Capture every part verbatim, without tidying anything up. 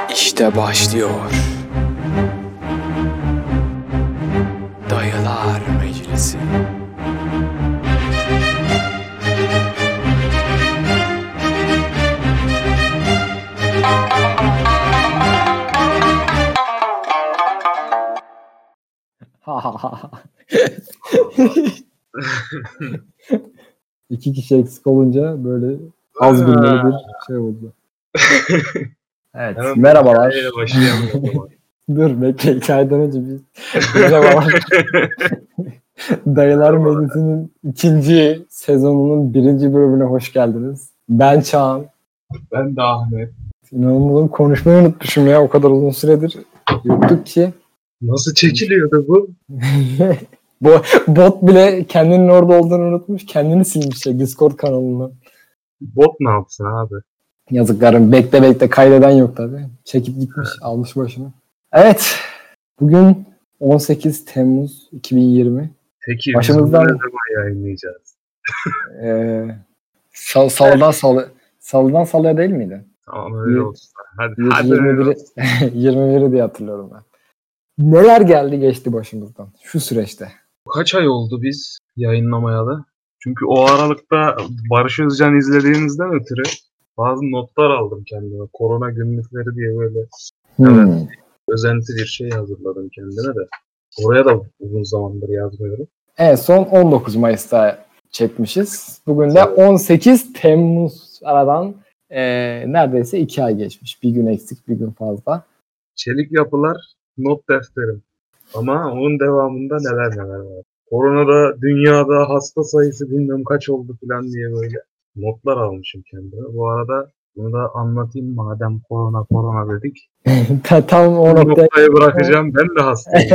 İşte başlıyor. Dayılar Meclisi. İki kişi eksik olunca böyle az bilmeli bir şey oldu. Evet, hemen merhabalar. Dur bekle, hikayeden önce bir merhabalar. Dayılar Meclisi'nin ikinci sezonunun birinci bölümüne hoş geldiniz. Ben Çağan. Ben de Ahmet. İnanılmaz, konuşmayı unutmuşum ya, o kadar uzun süredir yoktuk ki. Nasıl çekiliyordu bu? Bot bile kendinin orada olduğunu unutmuş. Kendini silmiş ya Discord kanalından. Bot ne yapsın abi? Yazıklarım. Bekle bekle. Kaydeden yok tabii. Çekip gitmiş. Evet. Almış başını. Evet. Bugün on sekiz Temmuz iki bin yirmi. Peki başımızdan... biz bunu ne zaman yayınlayacağız? ee, sal, salıdan salı. Salıdan salıya değil miydi? Tamam öyle olsun. Hadi, yüz, hadi yirmi biri, yirmi biri diye hatırlıyorum ben. Neler geldi geçti başımızdan şu süreçte? Kaç ay oldu biz yayınlamayalı? Çünkü o aralıkta Barış Özcan izlediğimizden ötürü bazı notlar aldım kendime. Korona günlükleri diye böyle hmm. evet, özenti bir şey hazırladım kendime de. Oraya da uzun zamandır yazmıyorum. Evet, son on dokuz Mayıs'ta çekmişiz. Bugün de on sekiz Temmuz, aradan e, neredeyse iki ay geçmiş. Bir gün eksik, bir gün fazla. Çelik yapılar not defterim. Ama onun devamında neler neler var. Koronada dünyada hasta sayısı bilmem kaç oldu falan diye böyle notlar almışım kendime. Bu arada bunu da anlatayım madem korona korona dedik. Tam o noktayı, noktayı bırakacağım. Ben de hastayım.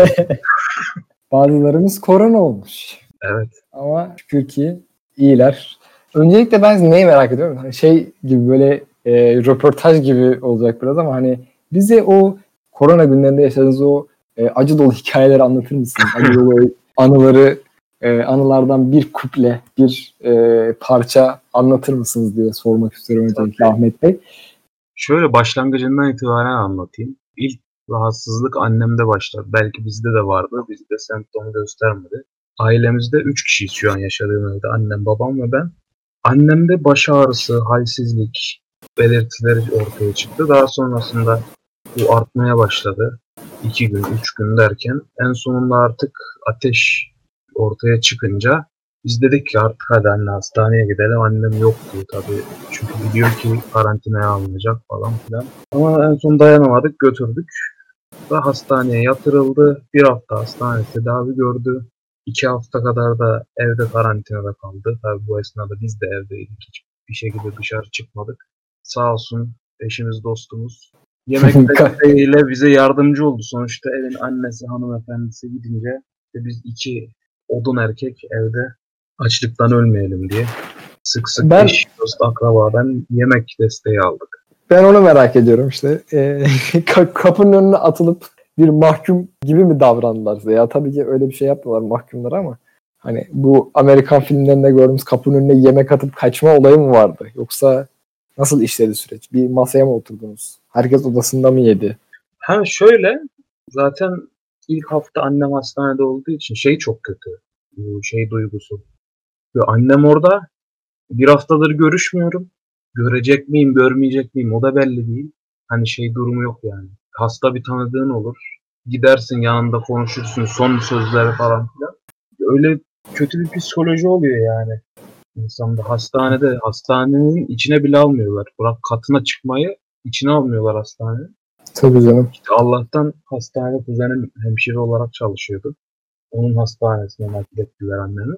Bazılarımız korona olmuş. Evet. Ama şükür ki iyiler. Öncelikle ben neyi merak ediyorum? Hani şey gibi böyle e, röportaj gibi olacak biraz ama hani bize o korona günlerinde yaşadığınız o e, acı dolu hikayeleri anlatır mısın? Acı dolu anıları, e, anılardan bir kuple, bir e, parça anlatır mısınız diye sormak istiyorum öncelikle Ahmet Bey. Şöyle başlangıcından itibaren anlatayım. İlk rahatsızlık annemde başladı. Belki bizde de vardı. Bizde semptom göstermedi. Ailemizde üç kişiyiz şu an yaşadığım evde. Annem, babam ve ben. Annemde baş ağrısı, halsizlik belirtileri ortaya çıktı. Daha sonrasında bu artmaya başladı. iki gün, üç gün derken en sonunda artık ateş ortaya çıkınca biz dedik ki artık hadi anne hastaneye gidelim. Annem yok diyor tabii. Çünkü biliyor ki karantinaya alınacak falan filan. Ama en son dayanamadık, götürdük. Ve hastaneye yatırıldı. Bir hafta hastane tedavi gördü. İki hafta kadar da evde karantinada kaldı. Tabii bu esnada biz de evdeydik. Hiçbir şekilde dışarı çıkmadık. Sağ olsun eşimiz, dostumuz yemekleriyle bize yardımcı oldu. Sonuçta evin annesi, hanımefendisi gidince ve biz iki odun erkek evde açlıktan ölmeyelim diye sık sık ben, eş, dost, akrabadan yemek desteği aldık. Ben onu merak ediyorum işte. E, kapının önüne atılıp bir mahkum gibi mi davrandılar size? Ya tabii ki öyle bir şey yapmıyorlar mahkumlar ama hani bu Amerikan filmlerinde gördüğümüz kapının önüne yemek atıp kaçma olayı mı vardı? Yoksa nasıl işledi süreç? Bir masaya mı oturdunuz? Herkes odasında mı yedi? Ha şöyle, zaten ilk hafta annem hastanede olduğu için şey çok kötü. Bu şey duygusu. Ve annem orada, bir haftadır görüşmüyorum. Görecek miyim, görmeyecek miyim o da belli değil. Hani şey durumu yok yani. Hasta bir tanıdığın olur. Gidersin yanında konuşursun, son sözleri falan filan. Öyle kötü bir psikoloji oluyor yani. İnsanda hastanede, hastanenin içine bile almıyorlar. Bırak katına çıkmayı, içine almıyorlar hastanenin. Tabii canım. İşte Allah'tan hastanede kuzenim hemşire olarak çalışıyordu. Onun hastanesine nakil ettiler annemi.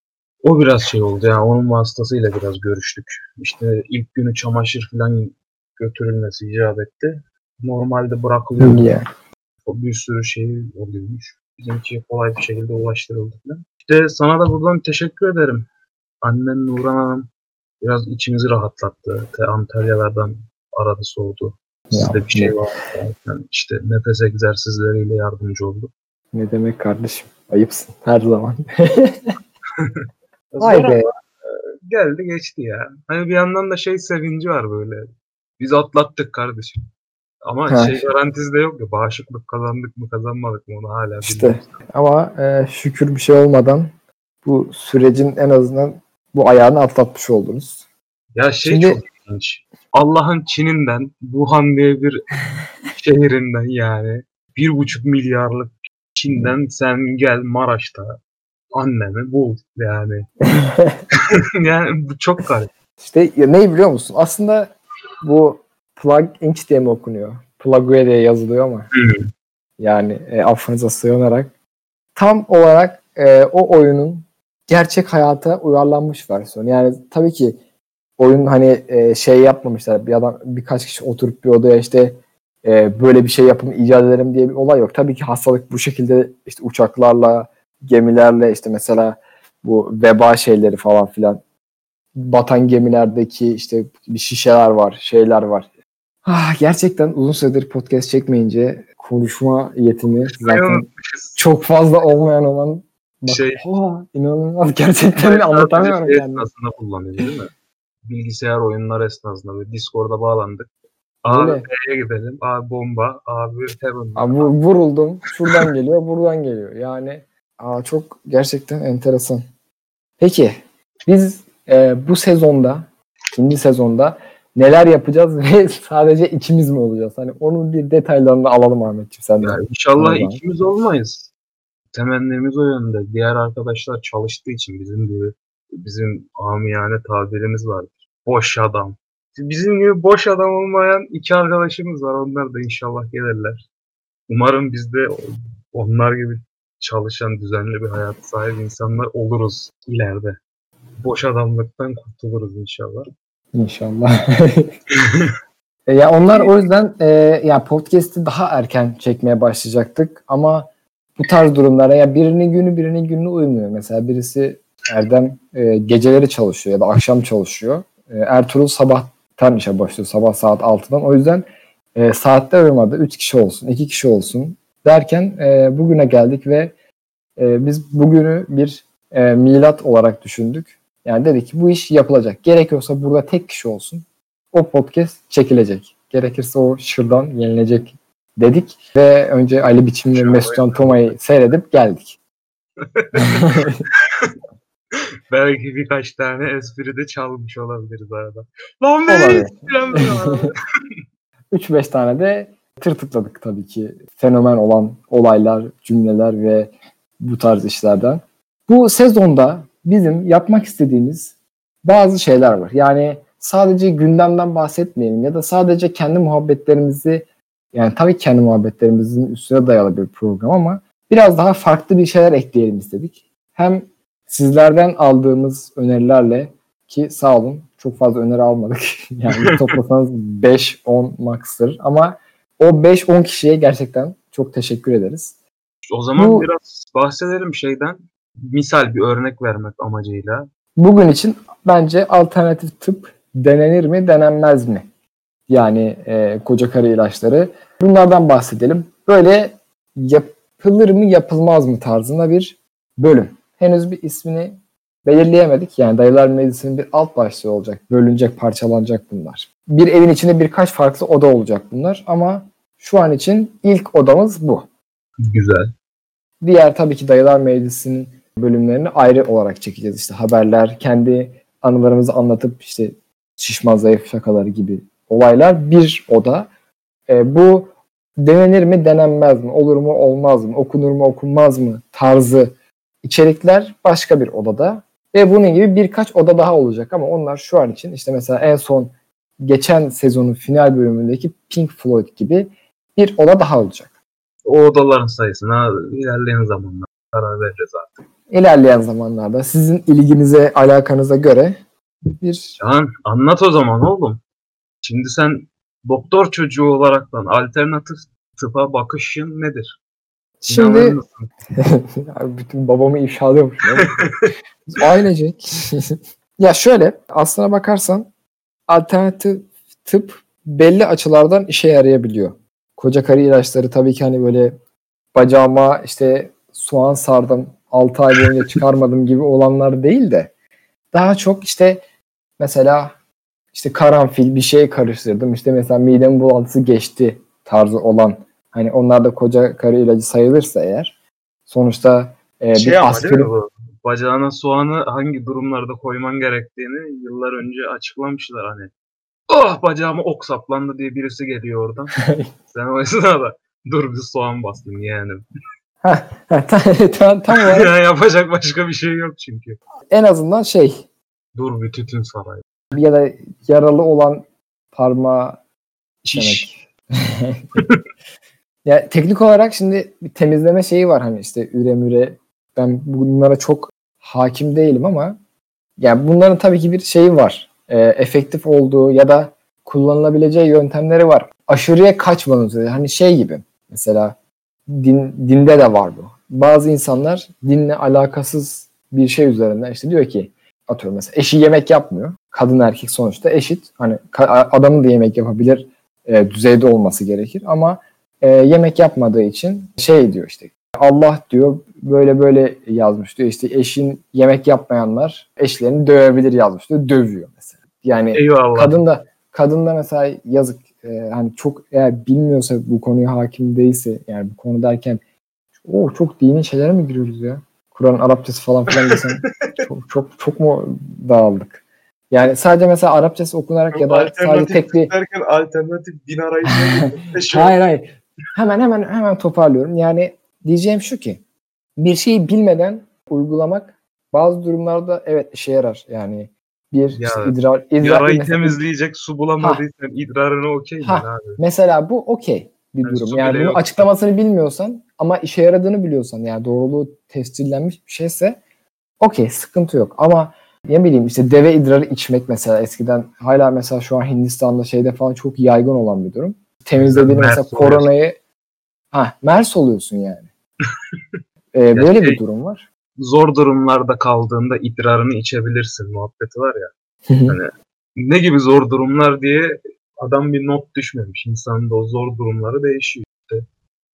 O biraz şey oldu yani, onun vasıtasıyla biraz görüştük. İşte ilk günü çamaşır falan götürülmesi icap etti. Normalde bırakılıyor. Yeah. O bir sürü şey oluyormuş. Bizimki kolay bir şekilde ulaştırıldı falan. İşte sana da buradan teşekkür ederim. Annen Nurhan Hanım biraz içimizi rahatlattı. Te Antalyalardan aradı, sordu. Sizde ya, bir şey var. Yani işte nefes egzersizleriyle yardımcı oldu. Ne demek kardeşim? Ayıpsın her zaman. Vay be. Geldi geçti ya. Hani bir yandan da şey sevinci var böyle. Biz atlattık kardeşim. Ama Ha. şey garantisi de yok ya. Bağışıklık kazandık mı kazanmadık mı onu hala İşte bilmiyoruz. ama e, şükür bir şey olmadan bu sürecin en azından bu ayağını atlatmış oldunuz. Ya şey Şimdi- çok ilginç. Allah'ın Çin'inden, Wuhan diye bir şehrinden yani bir buçuk milyarlık Çin'den sen gel Maraş'ta annemi bul yani. Yani bu çok garip. İşte ya ne biliyor musun? Aslında bu plug inch diye mi okunuyor? Plugway diye yazılıyor ama Hmm. yani e, affınıza sığınarak tam olarak e, o oyunun gerçek hayata uyarlanmış versiyonu. Yani tabii ki oyun hani e, şey yapmamışlar. Bir adam birkaç kişi oturup bir odaya işte e, böyle bir şey yapın icat edelim diye bir olay yok. Tabii ki hastalık bu şekilde işte uçaklarla, gemilerle işte mesela bu veba şeyleri falan filan batan gemilerdeki işte bir şişeler var, şeyler var. Ah, gerçekten uzun süredir podcast çekmeyince konuşma yetimi zaten çok fazla olmayan olan bak, Şey- oha, inanılmaz gerçekten anlatamıyorum şey kendimi. esnasında kullanıyoruz değil mi? Bilgisayar oyunları esnasında böyle Discord'a bağlandık. Abi Öyle. B'ye gidelim. Abi bomba. Abi Heaven. Abi, vur- vuruldum. Şuradan geliyor, buradan geliyor. Yani aa, çok gerçekten enteresan. Peki biz e, bu sezonda, ikinci sezonda neler yapacağız ve sadece ikimiz mi olacağız? Hani onun bir detaylarını alalım Ahmetciğim senden. Ya inşallah Tamam. ikimiz olmayız. Temennimiz o yönde. Diğer arkadaşlar çalıştığı için bizim gibi bizim amiyane tabirimiz var. Boş adam. Bizim gibi boş adam olmayan iki arkadaşımız var. Onlar da inşallah gelirler. Umarım biz de onlar gibi çalışan, düzenli bir hayat sahibi insanlar oluruz ileride. Boş adamlıktan kurtuluruz inşallah. İnşallah. E, ya onlar o yüzden e, ya podcast'i daha erken çekmeye başlayacaktık ama bu tarz durumlara ya birinin günü birinin gününe uymuyor. Mesela birisi Erdem e, geceleri çalışıyor ya da akşam çalışıyor. E, Ertuğrul sabahtan işe başlıyor. Sabah saat altıdan. O yüzden e, saatler uyumadı. üç kişi olsun, iki kişi olsun derken e, bugüne geldik ve e, biz bugünü bir e, milat olarak düşündük. Yani dedik ki bu iş yapılacak. Gerekiyorsa burada tek kişi olsun. O podcast çekilecek. Gerekirse o şırdan yenilecek dedik. Ve önce Ali Biçim ve Mesut Can Toma'yı seyredip geldik. Belki birkaç tane espri de çalmış olabiliriz arada. Lan be! Olabilir. espri üç beş tane de tırtıkladık tabii ki. Fenomen olan olaylar, cümleler ve bu tarz işlerden. Bu sezonda bizim yapmak istediğimiz bazı şeyler var. Yani sadece gündemden bahsetmeyelim ya da sadece kendi muhabbetlerimizi, yani tabii kendi muhabbetlerimizin üstüne dayalı bir program ama biraz daha farklı bir şeyler ekleyelim istedik. Hem sizlerden aldığımız önerilerle, ki sağ olun çok fazla öneri almadık. Yani toplasanız beş on maksır ama o beş on kişiye gerçekten çok teşekkür ederiz. O zaman Bu- biraz bahsedelim şeyden. Misal bir örnek vermek amacıyla. Bugün için bence alternatif tıp denenir mi denenmez mi? Yani e, koca karı ilaçları. Bunlardan bahsedelim. Böyle yapılır mı yapılmaz mı tarzında bir bölüm. Henüz bir ismini belirleyemedik. Yani Dayılar Meclisi'nin bir alt başlığı olacak. Bölünecek, parçalanacak bunlar. Bir evin içinde birkaç farklı oda olacak bunlar. Ama şu an için ilk odamız bu. Güzel. Diğer tabii ki Dayılar Meclisi'nin bölümlerini ayrı olarak çekeceğiz. İşte haberler, kendi anılarımızı anlatıp işte şişman zayıf şakaları gibi olaylar bir oda. E, bu denenir mi denenmez mi? Olur mu olmaz mı? Okunur mu okunmaz mı? Tarzı içerikler başka bir odada. Ve bunun gibi birkaç oda daha olacak ama onlar şu an için işte mesela en son geçen sezonun final bölümündeki Pink Floyd gibi bir oda daha olacak. O odaların sayısına ilerleyen zamanlarda karar vereceğiz artık. İlerleyen zamanlarda sizin ilginize, alakanıza göre bir Can anlat o zaman oğlum. Şimdi sen doktor çocuğu olaraktan alternatif tıpa bakışın nedir? İnanır şimdi mısın? Abi bütün babamı ifşalıyormuş. Biz ailecek. Ya şöyle aslına bakarsan alternatif tıp belli açılardan işe yarayabiliyor. Koca karı ilaçları tabii ki hani böyle bacağıma işte soğan sardım altı ay boyunca çıkarmadım gibi olanlar değil de daha çok işte mesela işte karanfil bir şey karıştırdım işte mesela midem bulantısı geçti tarzı olan, hani onlar da koca karı ilacı sayılırsa eğer, sonuçta e, Şey bir ama aspirin... değil mi bu? Bacağına soğanı hangi durumlarda koyman gerektiğini yıllar önce açıklamışlar hani. Oh bacağıma ok saplandı diye birisi geliyor oradan. Sen o esnada dur bir soğan bastım yani. ha, ha, tam, tam olarak Ya yapacak başka bir şey yok çünkü. en azından şey, Dur bir tütün sarayı. ya da yaralı olan parmağı Çiş. demek. Ya teknik olarak şimdi bir temizleme şeyi var, hani işte üre müre, ben bunlara çok hakim değilim ama yani bunların tabii ki bir şeyi var. E, efektif olduğu ya da kullanılabileceği yöntemleri var. Aşırıya kaçmanın üzere. Hani şey gibi mesela din, dinde de var bu. Bazı insanlar dinle alakasız bir şey üzerinden işte diyor ki, atıyorum mesela eşi yemek yapmıyor. Kadın erkek sonuçta eşit. Hani adamın da yemek yapabilir e, düzeyde olması gerekir ama e, yemek yapmadığı için şey diyor işte, Allah diyor böyle böyle yazmış diyor, işte eşin yemek yapmayanlar eşlerini dövebilir yazmış diyor, dövüyor mesela. Yani Eyvallah. kadın da kadın da mesela yazık, e, hani çok eğer bilmiyorsa, bu konuya hakim değilse, yani bu konu derken o çok dini şeylere mi giriyoruz ya? Kur'an Arapçası falan filan desem çok çok çok mu dağıldık? Yani sadece mesela Arapçası okunarak ya da sadece tek bir derken alternatif din arayışına hayır hayır. Hemen hemen hemen toparlıyorum. Yani diyeceğim şu ki, bir şeyi bilmeden uygulamak bazı durumlarda evet işe yarar. Yani bir Ya, işte idrar, idrar yarayı mesela, temizleyecek su bulamadıysan idrarına okey mi ha, abi? mesela bu okey bir Yani durum. su Yani bile bunu yok. açıklamasını bilmiyorsan ama işe yaradığını biliyorsan, yani doğruluğu tescillenmiş bir şeyse okey, sıkıntı yok. Ama ne bileyim işte deve idrarı içmek mesela, eskiden hala mesela şu an Hindistan'da şeyde falan çok yaygın olan bir durum. Temizlediğini Mers mesela oluyorsun. koronayı, ha, mers oluyorsun yani. Ee, Ya böyle şey, bir durum var. zor durumlarda kaldığında idrarını içebilirsin muhabbeti var ya. Hani ne gibi zor durumlar diye adam bir not düşmemiş. İnsanın da o zor durumları değişiyor işte.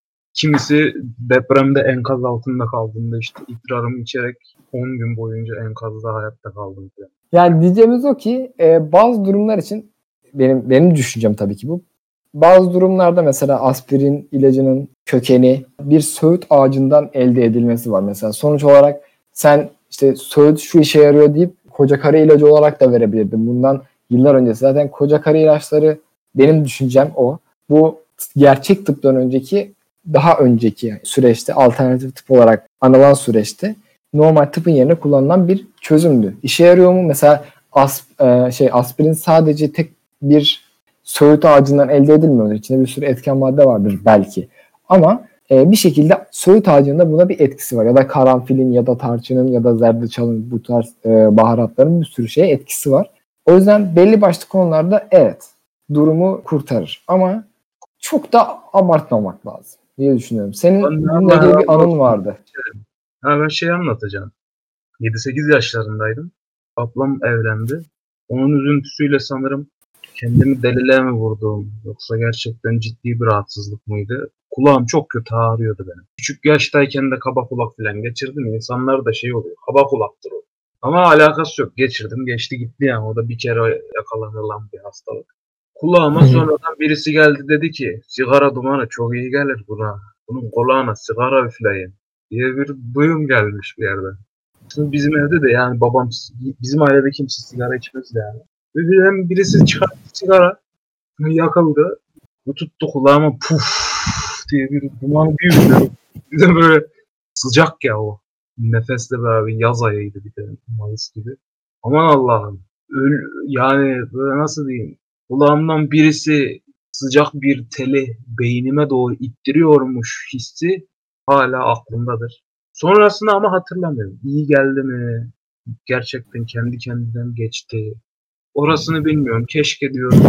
Kimisi depremde enkaz altında kaldığında işte idrarımı içerek on gün boyunca enkazda hayatta kaldım falan. Yani diyeceğimiz o ki e, bazı durumlar için, benim benim düşüncem tabii ki bu. Bazı durumlarda mesela aspirin ilacının kökeni bir söğüt ağacından elde edilmesi var. Mesela sonuç olarak sen işte söğüt şu işe yarıyor deyip koca karı ilacı olarak da verebilirdin. Bundan yıllar öncesi zaten koca karı ilaçları, benim düşüncem o. Bu gerçek tıptan önceki, daha önceki süreçte, alternatif tıp olarak anılan süreçte normal tıpın yerine kullanılan bir çözümdü. İşe yarıyor mu? Mesela as, e, şey aspirin sadece tek bir söğüt ağacından elde edilmiyordur. İçinde bir sürü etken madde vardır belki. Ama e, bir şekilde söğüt ağacında buna bir etkisi var. Ya da karanfilin ya da tarçının ya da zerdeçalın, bu tarz e, baharatların bir sürü şeye etkisi var. O yüzden belli başlı konularda evet, durumu kurtarır. Ama çok da abartmamak lazım diye düşünüyorum. Senin Ben de bununla Allah ilgili bir razı anın olsun. vardı. Ha ben şey anlatacağım. yedi sekiz yaşlarındaydım. Ablam evlendi. Onun üzüntüsüyle sanırım kendimi deliliğe mi vurdum yoksa gerçekten ciddi bir rahatsızlık mıydı? Kulağım çok kötü ağrıyordu benim. Küçük yaştayken de kaba kulak falan geçirdim. İnsanlar da şey oluyor. Kaba kulaktır o. Ama alakası yok. Geçirdim. Geçti gitti yani. O da bir kere yakalanılan bir hastalık. Kulağıma sonradan birisi geldi dedi ki sigara dumanı çok iyi gelir buna. Bunun kulağına sigara üfleyin diye bir duyum gelmiş bir yerden. Şimdi bizim evde de yani babam, bizim ailede kimse sigara içmez yani. Ve birden birisi çıkarttı sigara, yakıldı. Bu tuttu kulağıma puf diye bir duman bir üfledi. Bir de böyle sıcak ya o. Nefesle beraber yaz ayıydı bir de Mayıs gibi. Aman Allah'ım. Öl, yani böyle nasıl diyeyim. Kulağımdan birisi sıcak bir teli beynime doğru ittiriyormuş hissi hala aklımdadır. Sonrasında ama hatırlamıyorum. İyi geldi mi? Gerçekten kendi kendinden geçti. Orasını bilmiyorum. Keşke diyorum.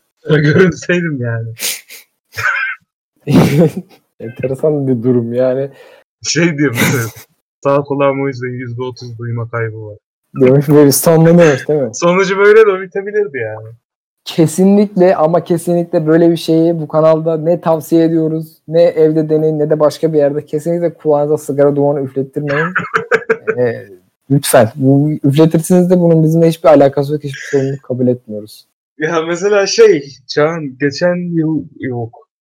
Görünseydim yani. Enteresan bir durum yani. Şey diyorum mesela. Sağ kulağım o yüzden yüzde otuz duyma kaybı var. Demiş böyle sonlanıyormuş değil mi? Sonucu böyle de bitebilirdi yani. Kesinlikle ama kesinlikle böyle bir şeyi bu kanalda ne tavsiye ediyoruz, ne evde deneyin, ne de başka bir yerde. Kesinlikle kulağınıza sigara dumanı üflettirmeyin. ee, lütfen. Bu, üfletirsiniz de bunun bizimle hiçbir alakası yok. Hiçbir sorumluluk kabul etmiyoruz. Ya mesela şey Can geçen yıl yok.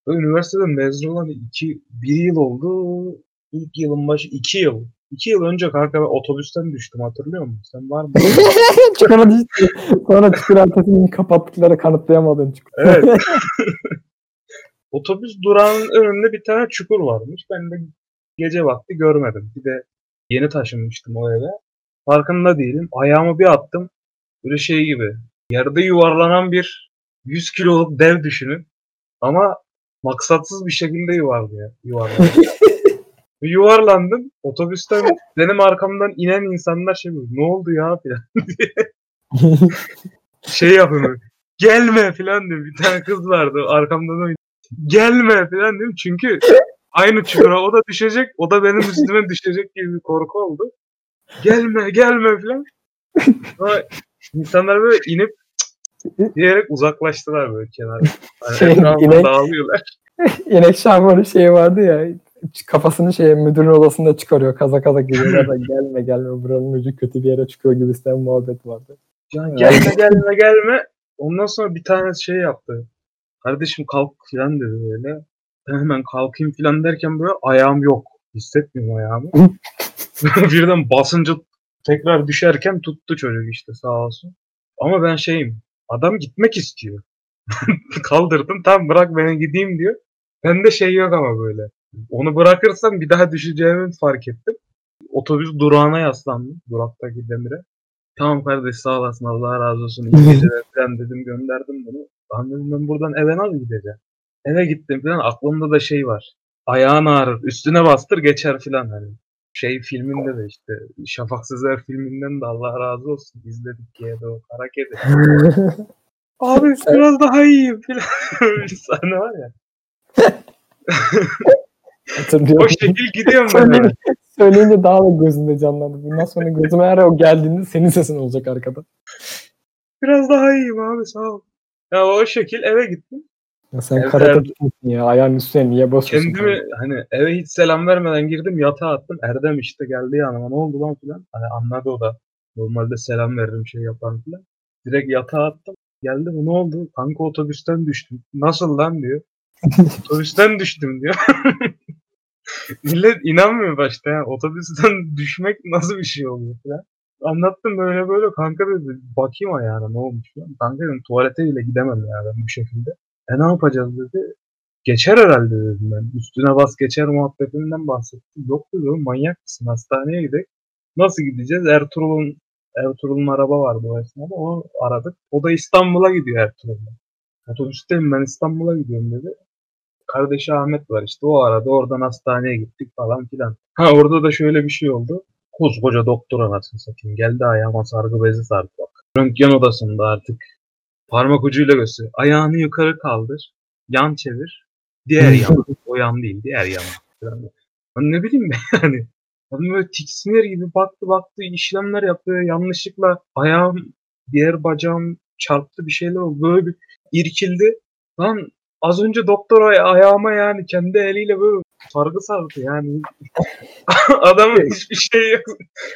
Üniversiteden mezun olan iki, bir yıl oldu. İlk yılın başı iki yıl. İki yıl önce kanka ben otobüsten düştüm, hatırlıyor musun? Sen var mı? Çukura düştü. Sonra çukur ertesini kapattıkları kanıtlayamadın çukur. Evet. Otobüs durağının önünde bir tane çukur varmış. Ben de gece vakti görmedim. Bir de yeni taşınmıştım o eve. Farkında değilim. Ayağımı bir attım. Böyle şey gibi. Yerde yuvarlanan bir yüz kiloluk dev düşünün. Ama maksatsız bir şekilde yuvarlıyor. Yuvarlanıyor. Yuvarlandım. Otobüsten benim arkamdan inen insanlar şey diyor. Ne oldu ya falan diye şey yapıyor. Gelme falan diyor. Bir tane kız vardı arkamdan oynuyor. Gelme falan diyorum. Çünkü aynı çukura o da düşecek. O da benim üstüme düşecek gibi bir korku oldu. Gelme gelme falan. Ama insanlar böyle inip diyerek uzaklaştılar böyle kenara. Yani Şey, etrafına inek- dağılıyorlar. İnek Şahmar'ın şeyi vardı ya, kafasını şeye müdürün odasında çıkarıyor, kaza kaza geliyorlar da gelme gelme buranın ucu kötü bir yere çıkıyor gibisinden muhabbet vardı. Ya gelme gelme gelme. Ondan sonra bir tane şey yaptı. Kardeşim kalk falan dedi böyle. Ben hemen kalkayım falan derken böyle ayağım yok. Hissetmiyorum ayağımı. Birden basınca tekrar düşerken tuttu çocuk işte sağ olsun. Ama ben şeyim. Adam gitmek istiyor. Kaldırdım tam bırak beni gideyim diyor. Bende şey yok ama böyle. Onu bırakırsam bir daha düşeceğimi fark ettim. Otobüs durağına yaslandım. Duraktaki demire. Tamam kardeş sağ olasın Allah razı olsun. İyi geceler falan dedim gönderdim bunu. Ben dedim ben buradan eve nasıl gideceğim? Eve gittim falan aklımda da şey var. Ayağın ağrır üstüne bastır geçer falan hani. Şey filminde de işte Şafak Sezer filminden de Allah razı olsun izledik diye de o kara kedi. Abi Sen- biraz daha iyiyim falan. Bir sahne var ya. Hatırlıyorum. O şekil gidiyorum ben eve. Söyleyince, söyleyince daha da gözümde canlandı. Bundan sonra gözüme her o geldiğinde senin sesin olacak arkada. Biraz daha iyiyim abi sağ ol. Ya o şekil eve gittim. Ya sen Evde karate Erdem- tutmuşsun ya. Ayağın üstüne niye basıyorsun? Kendimi hani eve hiç selam vermeden girdim yatağa attım. Erdem işte geldi yanıma ne oldu lan filan. Hani anladı o da. Normalde selam veririm şey yaparım filan. Direkt yatağa attım. Geldi bu ne oldu? Kanka otobüsten düştüm. Nasıl lan diyor. Otobüsten düştüm diyor. Millet inanmıyor başta ya. Otobüsten düşmek nasıl bir şey oluyor filan. Anlattım böyle böyle kanka dedi. Bakayım ayağına ne olmuş filan. Kanka dedim tuvalete bile gidemem ya ben bu şekilde. E ne yapacağız dedi. Geçer herhalde dedim ben. Üstüne bas geçer muhabbetinden bahsettim. Yok dedim manyak mısın hastaneye gidelim. Nasıl gideceğiz? Ertuğrul'un Ertuğrul'un araba vardı o esnada. Onu aradık. O da İstanbul'a gidiyor Ertuğrul'la. Otobüsteyim ben İstanbul'a gidiyorum dedi. Kardeşi Ahmet var işte o aradı. Oradan hastaneye gittik falan filan. Ha orada da şöyle bir şey oldu. Koskoca doktor anasını satayım. Geldi ayağıma sargı bezi sardı bak. Röntgen odasında artık parmak ucuyla gösteriyor. Ayağını yukarı kaldır. Yan çevir. Diğer yana. O yan değil. Diğer yana. Ben ne bileyim ben yani. Adam böyle tiksinir gibi baktı baktı işlemler yapıyor. Yanlışlıkla ayağım diğer bacağım çarptı bir şeyler oldu. Böyle bir irkildi. Lan az önce doktor ay- ayağıma yani kendi eliyle böyle sargı sardı yani. Adamın hiçbir şey yok.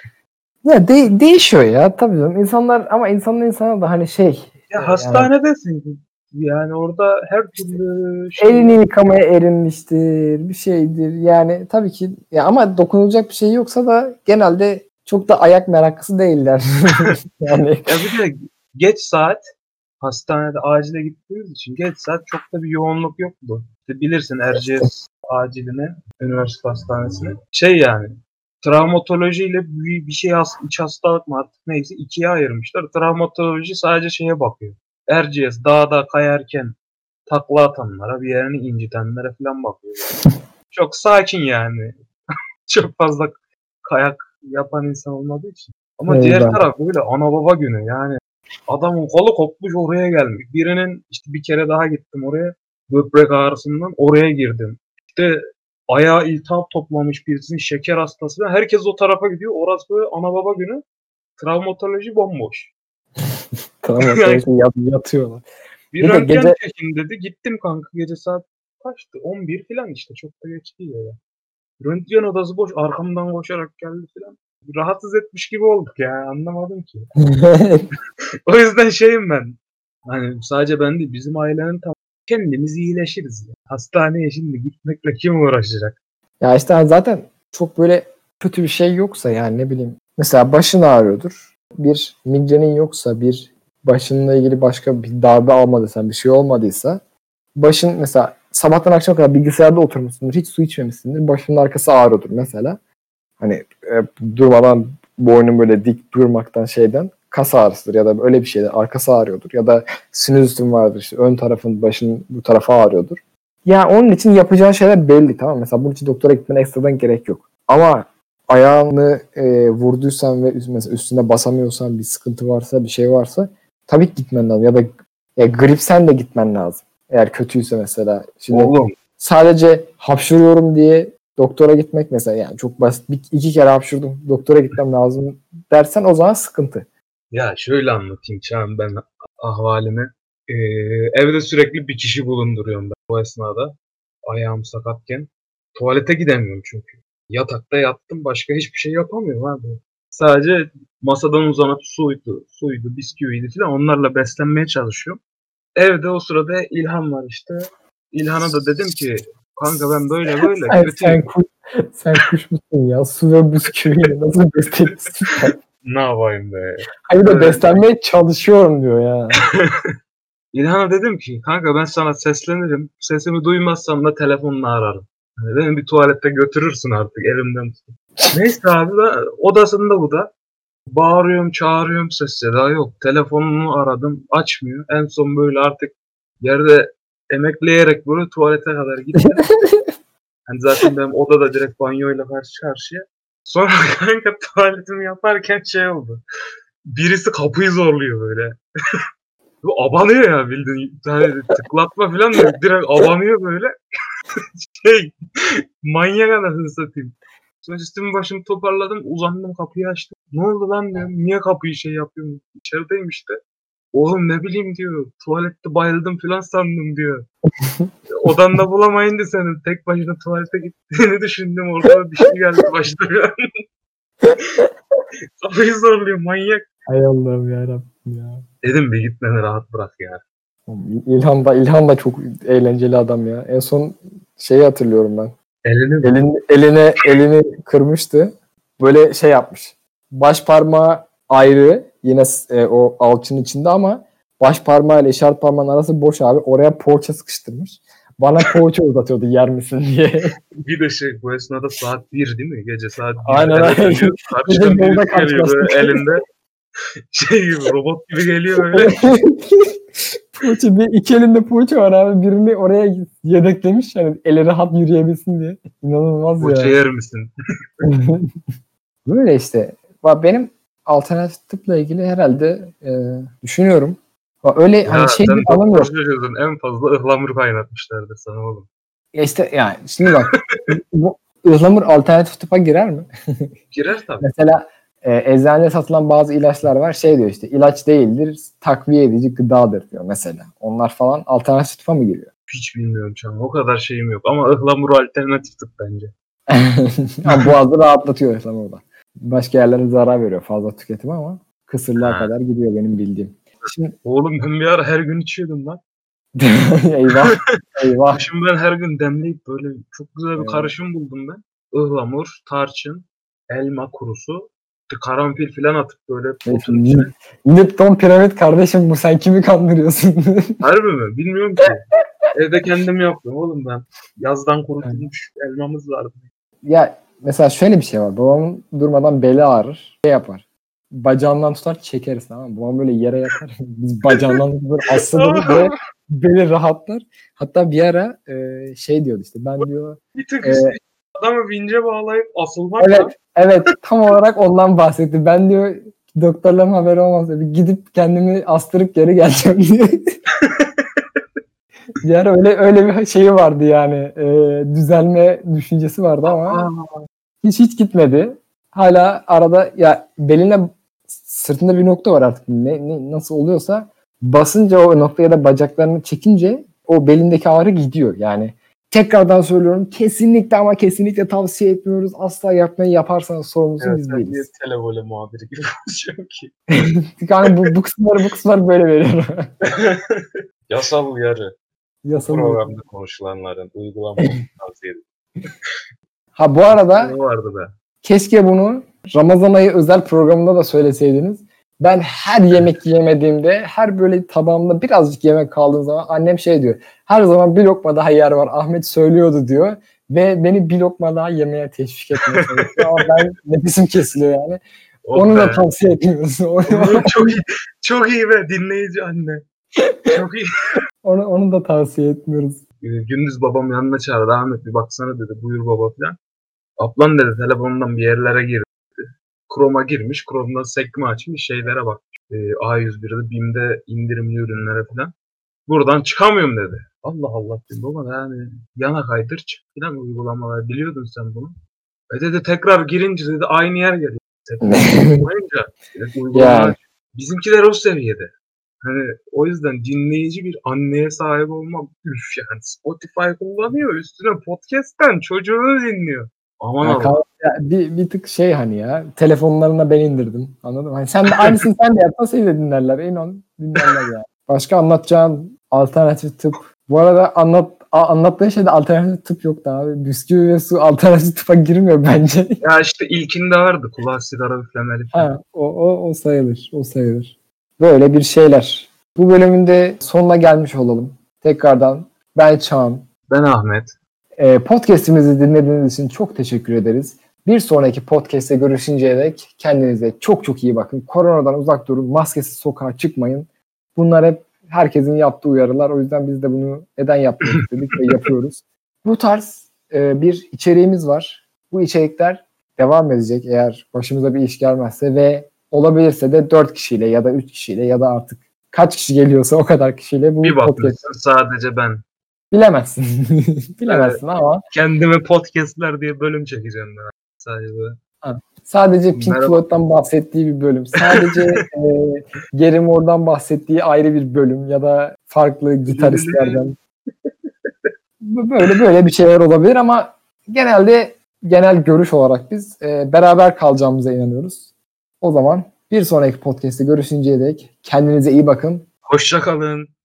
Ya de- değişiyor ya tabii canım. İnsanlar ama insanın insana da hani şey Ya e, hastanedesin. Yani orada her türlü yani şey. elini yıkamaya erinmiştir, bir şeydir. Yani tabii ki ya ama dokunulacak bir şey yoksa da genelde çok da ayak meraklısı değiller. Yani Ya bir de geç saat hastanede acile gittiğimiz için geç saat çok da bir yoğunluk yoktu. İşte bilirsin Erciyes aciline, üniversite hastanesine. Şey yani travmatoloji ile bir, bir şey has- iç hastalık mı artık neyse ikiye ayırmışlar. Travmatoloji sadece şeye bakıyor. Erciyes dağda kayarken takla atanlara, bir yerini incitenlere falan bakıyor. Çok sakin yani. Çok fazla kayak yapan insan olmadığı için. Ama diğer eyvallah. taraf böyle ana baba günü yani. Adamın kolu kopmuş oraya gelmiş. Birinin işte bir kere daha gittim oraya. Böbrek ağrısından oraya girdim. İşte ayağı iltihap toplamış birisinin şeker hastası. Herkes o tarafa gidiyor. Orası böyle ana baba günü. Travmatoloji bomboş. Tamam Yani o yat, yatıyorlar. bir Bir de röntgen gece çekin dedi. Gittim kanka gece saat kaçtı? on bir falan işte. Çok da geç değil ya. Röntgen odası boş. Arkamdan koşarak geldi falan. Rahatsız etmiş gibi olduk ya. Anlamadım ki. O yüzden şeyim ben. Hani sadece ben değil bizim ailenin kendimiz iyileşiriz. Ya. Hastaneye şimdi gitmekle kim uğraşacak? Ya işte zaten çok böyle kötü bir şey yoksa yani ne bileyim. Mesela başın ağrıyordur. Bir migrenin yoksa, bir başınla ilgili başka bir darbe almadıysan, bir şey olmadıysa, başın mesela sabahtan akşama kadar bilgisayarda oturmuşsundur, hiç su içmemişsindir, başının arkası ağrıyordur mesela. Hani e, durmadan boynun böyle dik durmaktan şeyden kas ağrısıdır ya da öyle bir şeyden arkası ağrıyordur ya da sinüzitin vardır, işte ön tarafın başın bu tarafa ağrıyordur. Yani onun için yapacağın şeyler belli, tamam mı? Mesela bunun için doktora gitmene ekstradan gerek yok. Ama ayağını e, vurduysan ve mesela üstüne basamıyorsan, bir sıkıntı varsa, bir şey varsa tabii ki gitmen lazım. Ya da ya gripsen de gitmen lazım. Eğer kötüyse mesela. Şimdi Oğlum. Sadece hapşırıyorum diye doktora gitmek mesela, yani çok basit. Bir, iki kere hapşırdım, doktora gitmem lazım dersen o zaman sıkıntı. Ya şöyle anlatayım Çağan ben ahvalimi. Ee, evde sürekli bir kişi bulunduruyorum ben bu esnada. Ayağım sakatken. Tuvalete gidemiyorum çünkü. Yatakta yattım, başka hiçbir şey yapamıyorum abi. Sadece masadan uzanıp suydu, suydu, bisküviydi falan onlarla beslenmeye çalışıyorum. Evde o sırada İlhan var işte. İlhan'a da dedim ki kanka ben böyle böyle Sen, kötüyüm. sen, kuş, sen kuş musun ya? Su ve bisküviyle nasıl beslenirsin? Ne yapayım be? Hayır da Evet. beslenmeye çalışıyorum diyor ya. İlhan'a dedim ki kanka ben sana seslenirim. Sesimi duymazsam da telefonla ararım. Yani beni bir tuvalette götürürsün artık elimden tutup. Neyse abi ben odasında bu da. Bağırıyorum çağırıyorum ses seda yok. Telefonunu aradım açmıyor. En son böyle artık yerde emekleyerek böyle tuvalete kadar gittim. Hani zaten benim odada direkt banyoyla karşı karşıya. Sonra kanka tuvaletimi yaparken şey oldu. Birisi kapıyı zorluyor böyle. Bu abanıyor ya bildiğin. Yani tıklatma falan da direkt abanıyor böyle. Şey manyak anasını satayım. Sonra üstümü başımı toparladım uzandım kapıyı açtım. Ne oldu lan diyorum. Niye kapıyı şey yapıyorum? İçerideyim işte. Oğlum ne bileyim diyor. Tuvalette bayıldım falan sandım diyor. Odanda bulamayınca senin tek başına tuvalete gittiğini düşündüm. Orada bir şey geldi başına. Kapıyı zorluyor manyak. Hay Allah'ım yarabbim ya. Dedim bir git beni rahat bırak ya. İlhan da, İlhan da çok eğlenceli adam ya. En son şeyi hatırlıyorum ben. Elini Elin, eline elini kırmıştı. Böyle şey yapmış. Baş parmağı ayrı. Yine e, o alçının içinde ama baş parmağı ile işaret parmağının arası boş abi. Oraya poğaça sıkıştırmış. Bana poğaça uzatıyordu yer misin diye. bir de şey bu esnada saat bir değil mi? Gece saat bir. Aynen aynen. Karşıdan birisi geliyor böyle elinde. Şey gibi robot gibi geliyor böyle. Poğaça, bir iki elinde poğaça var abi. Birini oraya yedeklemiş. Yani eli rahat yürüyebilsin diye. İnanılmaz ya. Poğaça yer misin? Böyle işte. Benim alternatif tıpla ilgili herhalde e, düşünüyorum. Öyle Ya hani şey sen bir anım yok. doktor en fazla ıhlamur kaynatmışlardır sana oğlum. Ya işte yani şimdi bak bu ıhlamur alternatif tıpa girer mi? Girer tabii. Mesela e, eczanede satılan bazı ilaçlar var. Şey diyor işte ilaç değildir, takviye edici gıdadır diyor mesela. Onlar falan alternatif tıpa mı giriyor? Hiç bilmiyorum şu an. O kadar şeyim yok. Ama ıhlamur alternatif tıp bence. Ama boğazı rahatlatıyor ıhlamur da. Başka yerlere zarar veriyor fazla tüketimi ama kısırlığa Ha. kadar gidiyor benim bildiğim. Şimdi... Oğlum ben bir ara her gün içiyordum lan. eyvah. Eyvah. Şimdi ben her gün demleyip böyle çok güzel bir Evet. karışım buldum ben. Ihlamur, tarçın, elma kurusu, karanfil falan atıp böyle potun içine. Lipton piramit kardeşim bu, sen kimi kandırıyorsun? Harbi mi? Bilmiyorum ki. Evde kendim yaptım oğlum ben. Yazdan kurutulmuş elmamız vardı. Ya mesela şöyle bir şey var. Babamın durmadan beli ağrır. Şey yapar. Bacağından tutar çekeriz, tamam mı? Babam böyle yere yatar. Biz bacağından tutar asılır ve beli rahatlar. Hatta bir ara e, şey diyordu işte ben diyor. Bir tık e, üstü adamı vince bağlayıp asılmak evet, da. evet tam olarak ondan bahsetti. Ben diyor doktorların haberi olmaz. Bir gidip kendimi astırıp geri geleceğim diye. Bir ara öyle öyle bir şeyi vardı yani. E, düzelme düşüncesi vardı ama hiç hiç gitmedi. Hala arada ya beline sırtında bir nokta var artık. Ne, ne nasıl oluyorsa basınca o noktaya da bacaklarını çekince o belindeki ağrı gidiyor. Yani tekrardan söylüyorum kesinlikle ama kesinlikle tavsiye etmiyoruz. Asla yapmayı yaparsanız sorumlusu Evet, biz sen niye değiliz. televole muhabiri gibi konuşuyorsun ki? Yani bu, bu kısımları bu kısımları böyle veriyorum. Yasal uyarı. Yasalı. Programda konuşulanların uygulamalarını tavsiye ederim. Ha bu arada Ne vardı be? keşke bunu Ramazan ayı özel programında da söyleseydiniz. Ben her yemek yemediğimde, her böyle tabağımda birazcık yemek kaldığı zaman annem şey diyor. Her zaman bir lokma daha yer var. Ahmet söylüyordu diyor. Ve beni bir lokma daha yemeye teşvik etmeye çalışıyor. Ama ben nefesim kesiliyor yani. Oh Onu be. da tavsiye etmiyoruz. Onu, çok iyi. Çok iyi be dinleyici anne. Çok iyi. onu, onu da tavsiye etmiyoruz. Gündüz babam yanına çağırdı. Ahmet bir baksana dedi. Buyur baba falan. Ablan dedi telefonundan bir yerlere girdi. Chrome'a girmiş. Chrome'dan sekme açmış. Şeylere bak. E, A yüz bir'de BİM'de indirimli ürünlere falan. Buradan çıkamıyorum dedi. Allah Allah dedim. Baba yani yana kaydır çık falan uygulamalar. Biliyordun sen bunu. E dedi tekrar girince dedi aynı yer geliyor. Tekrar uygulamalar. Yani. Bizimkiler o seviyede. Hani o yüzden dinleyici bir anneye sahip olmak üf yani Spotify kullanıyor üstüne podcast'ten çocuğunu dinliyor. Aman Ya, Allah. ya, bir, bir tık şey hani ya telefonlarına ben indirdim anladın mı? Hani sen de aynısını sen de yapsan seni de dinlerler. En on dinlerler ya. Başka anlatacağın alternatif tıp. Bu arada anlat a, anlattığın şeyde alternatif tıp yoktu abi. Bisküvi ve su alternatif tıpa girmiyor bence. Ya işte ilkinde vardı kulağa sigara üflemeli. Ha, o, o, o sayılır. O sayılır. Böyle bir şeyler. Bu bölümün de sonuna gelmiş olalım. Tekrardan ben Çağan. Ben Ahmet. E, podcast'imizi dinlediğiniz için çok teşekkür ederiz. Bir sonraki podcast'te görüşünceye dek kendinize çok çok iyi bakın. Koronadan uzak durun. Maskesiz sokağa çıkmayın. Bunlar hep herkesin yaptığı uyarılar. O yüzden biz de bunu neden yapmak istedik ve yapıyoruz. Bu tarz e, bir içeriğimiz var. Bu içerikler devam edecek eğer başımıza bir iş gelmezse ve olabilirse de dört kişiyle ya da üç kişiyle ya da artık kaç kişi geliyorsa o kadar kişiyle bu Bir podcast. bakmışsın sadece ben. Bilemezsin. Bilemezsin evet. Ama kendime podcastler diye bölüm çekeceğim ben sadece. sadece Pink Merhaba. Floyd'dan bahsettiği bir bölüm. Sadece e, Gary Moore'dan bahsettiği ayrı bir bölüm ya da farklı gitaristlerden. böyle böyle bir şeyler olabilir ama genelde genel görüş olarak biz e, beraber kalacağımıza inanıyoruz. O zaman bir sonraki podcast'te görüşünceye dek kendinize iyi bakın. Hoşça kalın.